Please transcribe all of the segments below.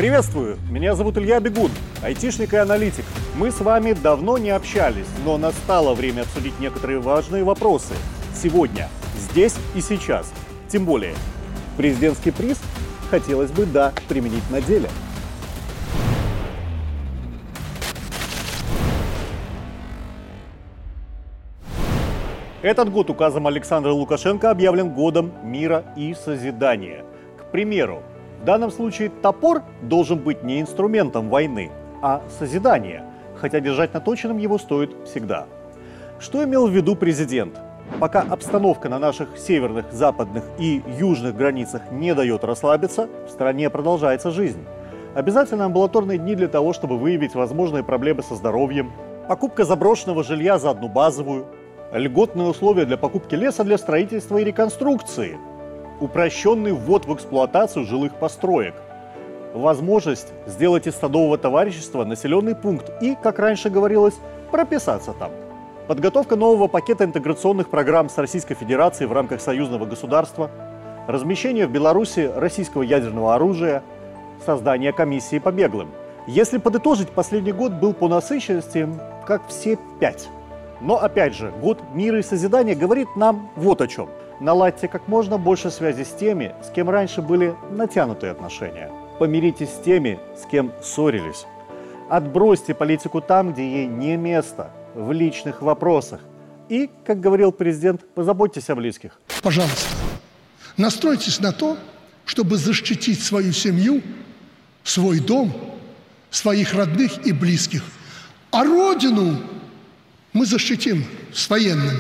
Приветствую! Меня зовут Илья Бегун, айтишник и аналитик. Мы с вами давно не общались, но настало время обсудить некоторые важные вопросы. Сегодня, здесь и сейчас. Тем более, президентский приз хотелось бы, применить на деле. Этот год указом Александра Лукашенко объявлен годом мира и созидания. К примеру, в данном случае топор должен быть не инструментом войны, а созидания, хотя держать наточенным его стоит всегда. Что имел в виду президент? Пока обстановка на наших северных, западных и южных границах не дает расслабиться, в стране продолжается жизнь. Обязательно амбулаторные дни для того, чтобы выявить возможные проблемы со здоровьем, покупка заброшенного жилья за одну базовую, льготные условия для покупки леса для строительства и реконструкции, упрощенный ввод в эксплуатацию жилых построек, возможность сделать из садового товарищества населенный пункт и, как раньше говорилось, прописаться там, подготовка нового пакета интеграционных программ с Российской Федерацией в рамках союзного государства, размещение в Беларуси российского ядерного оружия, создание комиссии по беглым. Если подытожить, последний год был по насыщенности, как все 5. Но опять же, год мира и созидания говорит нам вот о чем. Наладьте как можно больше связи с теми, с кем раньше были натянутые отношения. Помиритесь с теми, с кем ссорились. Отбросьте политику там, где ей не место, в личных вопросах. И, как говорил президент, позаботьтесь о близких. Пожалуйста, настройтесь на то, чтобы защитить свою семью, свой дом, своих родных и близких. А Родину мы защитим с военными.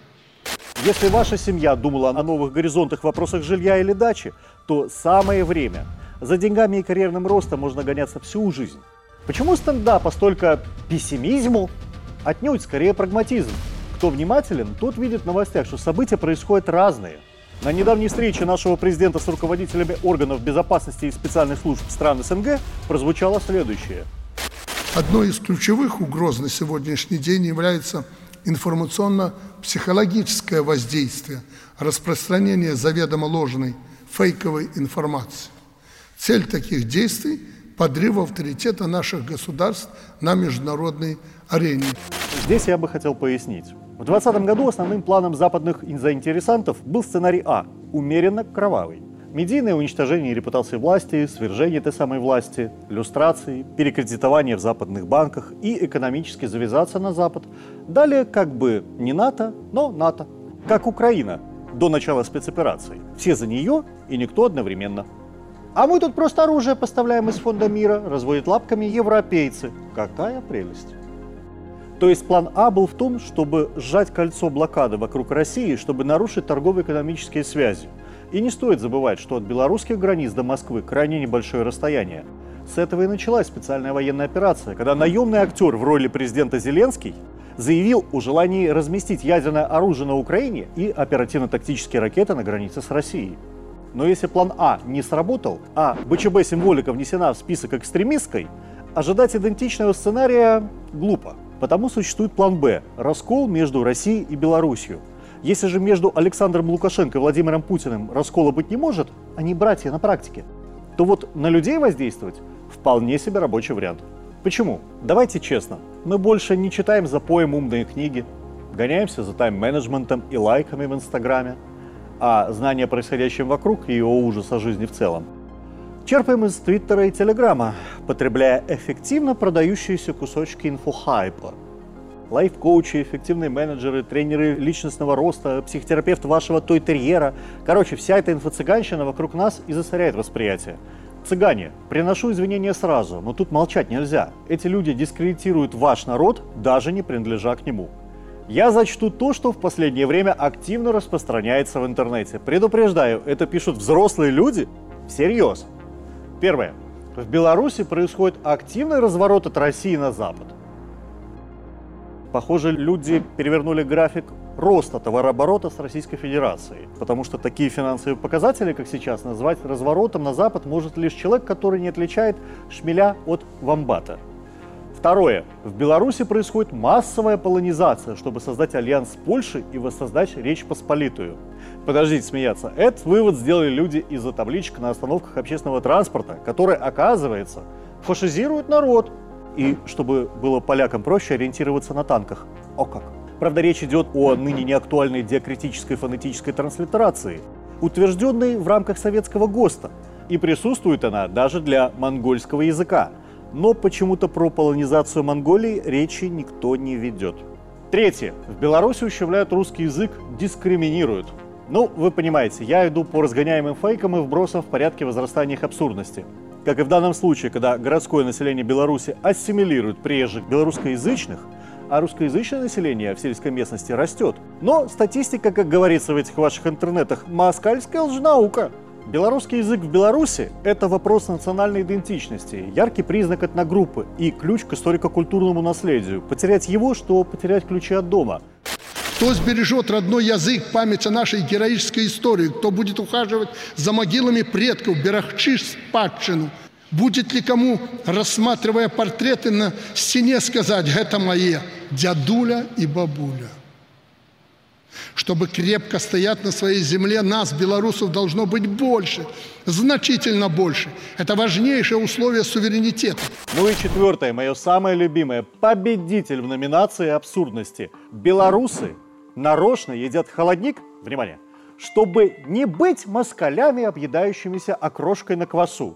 Если ваша семья думала о новых горизонтах в вопросах жилья или дачи, то самое время. За деньгами и карьерным ростом можно гоняться всю жизнь. Почему стендапа столько пессимизму? Отнюдь скорее прагматизм. Кто внимателен, тот видит в новостях, что события происходят разные. На недавней встрече нашего президента с руководителями органов безопасности и специальных служб стран СНГ прозвучало следующее. Одной из ключевых угроз на сегодняшний день является информационно-психологическое воздействие, распространение заведомо ложной, фейковой информации. Цель таких действий – подрыв авторитета наших государств на международной арене. Здесь я бы хотел пояснить. В 2020 году основным планом западных заинтересантов был сценарий А – умеренно кровавый. Медийное уничтожение репутации власти, свержение той самой власти, люстрации, перекредитование в западных банках и экономически завязаться на Запад. Далее как бы не НАТО, но НАТО. Как Украина до начала спецоперации. Все за нее и никто одновременно. А мы тут просто оружие поставляем из фонда мира, разводят лапками европейцы. Какая прелесть. То есть план А был в том, чтобы сжать кольцо блокады вокруг России, чтобы нарушить торгово-экономические связи. И не стоит забывать, что от белорусских границ до Москвы крайне небольшое расстояние. С этого и началась специальная военная операция, когда наемный актер в роли президента Зеленский заявил о желании разместить ядерное оружие на Украине и оперативно-тактические ракеты на границе с Россией. Но если план А не сработал, а БЧБ-символика внесена в список экстремистской, ожидать идентичного сценария глупо. Потому существует план Б – раскол между Россией и Белоруссией. Если же между Александром Лукашенко и Владимиром Путиным раскола быть не может, они братья на практике, то вот на людей воздействовать вполне себе рабочий вариант. Почему? Давайте честно, мы больше не читаем запоем умные книги, гоняемся за тайм-менеджментом и лайками в Инстаграме, а знание о происходящем вокруг и о ужасах жизни в целом черпаем из Твиттера и Телеграма, потребляя эффективно продающиеся кусочки инфохайпа. Лайф-коучи, эффективные менеджеры, тренеры личностного роста, психотерапевт вашего той-терьера. Короче, вся эта инфо-цыганщина вокруг нас и засоряет восприятие. Цыгане, приношу извинения сразу, но тут молчать нельзя. Эти люди дискредитируют ваш народ, даже не принадлежа к нему. Я зачту то, что в последнее время активно распространяется в интернете. Предупреждаю, это пишут взрослые люди всерьез. Первое. В Беларуси происходит активный разворот от России на Запад. Похоже, люди перевернули график роста товарооборота с Российской Федерацией, потому что такие финансовые показатели, как сейчас, назвать разворотом на Запад может лишь человек, который не отличает шмеля от вомбата. Второе. В Беларуси происходит массовая полонизация, чтобы создать альянс с Польшей и воссоздать Речь Посполитую. Подождите смеяться. Этот вывод сделали люди из-за табличек на остановках общественного транспорта, которые, оказывается, фашизируют народ. И чтобы было полякам проще ориентироваться на танках. О как! Правда, речь идет о ныне неактуальной диакритической фонетической транслитерации, утвержденной в рамках советского ГОСТа. И присутствует она даже для монгольского языка. Но почему-то про полонизацию Монголии речи никто не ведет. Третье. В Беларуси ущемляют русский язык, дискриминируют. Ну, вы понимаете, я иду по разгоняемым фейкам и вбросам в порядке возрастания их абсурдности. Как и в данном случае, когда городское население Беларуси ассимилирует приезжих белорусскоязычных, а русскоязычное население в сельской местности растет. Но статистика, как говорится в этих ваших интернетах, москальская лженаука. Белорусский язык в Беларуси – это вопрос национальной идентичности, яркий признак этногруппы и ключ к историко-культурному наследию. Потерять его, что потерять ключи от дома. Кто сбережет родной язык, память о нашей героической истории, кто будет ухаживать за могилами предков, берегчи спадщину, будет ли кому, рассматривая портреты на стене, сказать «это мои дядуля и бабуля». Чтобы крепко стоять на своей земле, нас, белорусов, должно быть больше, значительно больше. Это важнейшее условие суверенитета. Ну и четвертое, мое самое любимое, победитель в номинации абсурдности. Белорусы нарочно едят холодник, внимание, чтобы не быть москалями, объедающимися окрошкой на квасу.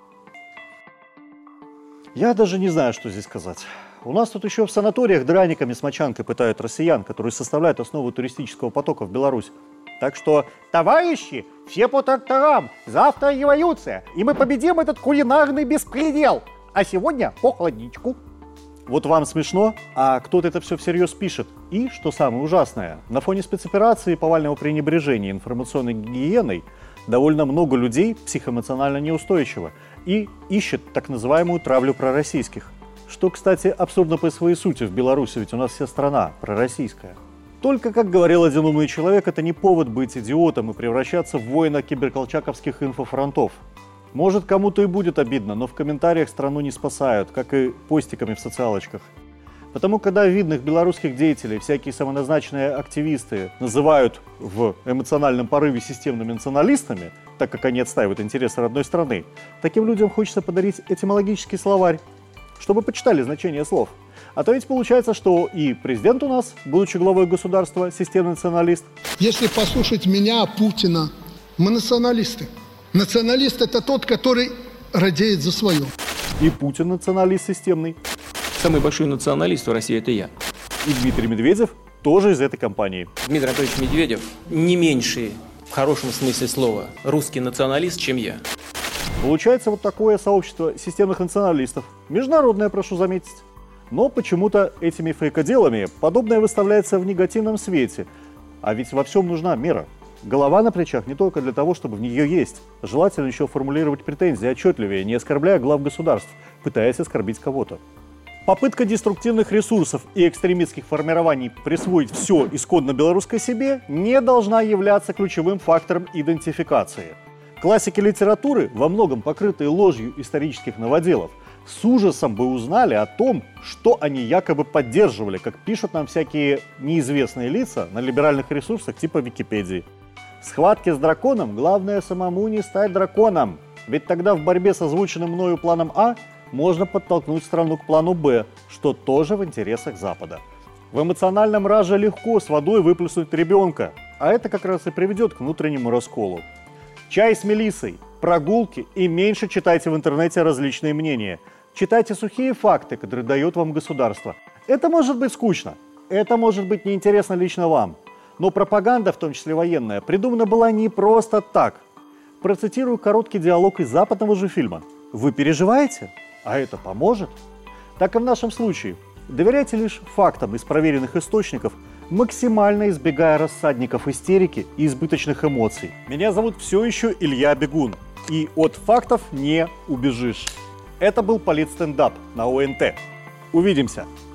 Я даже не знаю, что здесь сказать. У нас тут еще в санаториях драниками с мочанкой пытают россиян, которые составляют основу туристического потока в Беларусь. Так что, товарищи, все по тракторам, завтра революция, и мы победим этот кулинарный беспредел. А сегодня по холодничку. Вот вам смешно, а кто-то это все всерьез пишет. И, что самое ужасное, на фоне спецоперации и повального пренебрежения информационной гигиеной довольно много людей психоэмоционально неустойчиво и ищет так называемую травлю пророссийских. Что, кстати, абсурдно по своей сути в Беларуси, ведь у нас вся страна пророссийская. Только, как говорил один умный человек, это не повод быть идиотом и превращаться в воина киберколчаковских инфофронтов. Может, кому-то и будет обидно, но в комментариях страну не спасают, как и постиками в социалочках. Потому, когда видных белорусских деятелей всякие самоназначенные активисты называют в эмоциональном порыве системными националистами, так как они отстаивают интересы родной страны, таким людям хочется подарить этимологический словарь, чтобы почитали значение слов. А то ведь получается, что и президент у нас, будучи главой государства, системный националист. Если послушать меня, Путина, мы националисты. Националист – это тот, который радеет за свое. И Путин националист системный. Самый большой националист в России – это я. И Дмитрий Медведев тоже из этой компании. Дмитрий Анатольевич Медведев не меньший, в хорошем смысле слова, русский националист, чем я. Получается вот такое сообщество системных националистов. Международное, прошу заметить. Но почему-то этими фейкоделами подобное выставляется в негативном свете. А ведь во всем нужна мера. Голова на плечах не только для того, чтобы в нее есть. Желательно еще формулировать претензии отчетливее, не оскорбляя глав государств, пытаясь оскорбить кого-то. Попытка деструктивных ресурсов и экстремистских формирований присвоить все исконно белорусское себе не должна являться ключевым фактором идентификации. Классики литературы, во многом покрытые ложью исторических новоделов, с ужасом бы узнали о том, что они якобы поддерживали, как пишут нам всякие неизвестные лица на либеральных ресурсах типа Википедии. В схватке с драконом главное самому не стать драконом, ведь тогда в борьбе с озвученным мною планом А можно подтолкнуть страну к плану Б, что тоже в интересах Запада. В эмоциональном раже легко с водой выплеснуть ребенка, а это как раз и приведет к внутреннему расколу. Чай с мелиссой, прогулки и меньше читайте в интернете различные мнения. Читайте сухие факты, которые дает вам государство. Это может быть скучно, это может быть неинтересно лично вам. Но пропаганда, в том числе военная, придумана была не просто так. Процитирую короткий диалог из западного же фильма. Вы переживаете? А это поможет? Так и в нашем случае. Доверяйте лишь фактам из проверенных источников, максимально избегая рассадников истерики и избыточных эмоций. Меня зовут все еще Илья Бегун. И от фактов не убежишь. Это был Политстендап на ОНТ. Увидимся!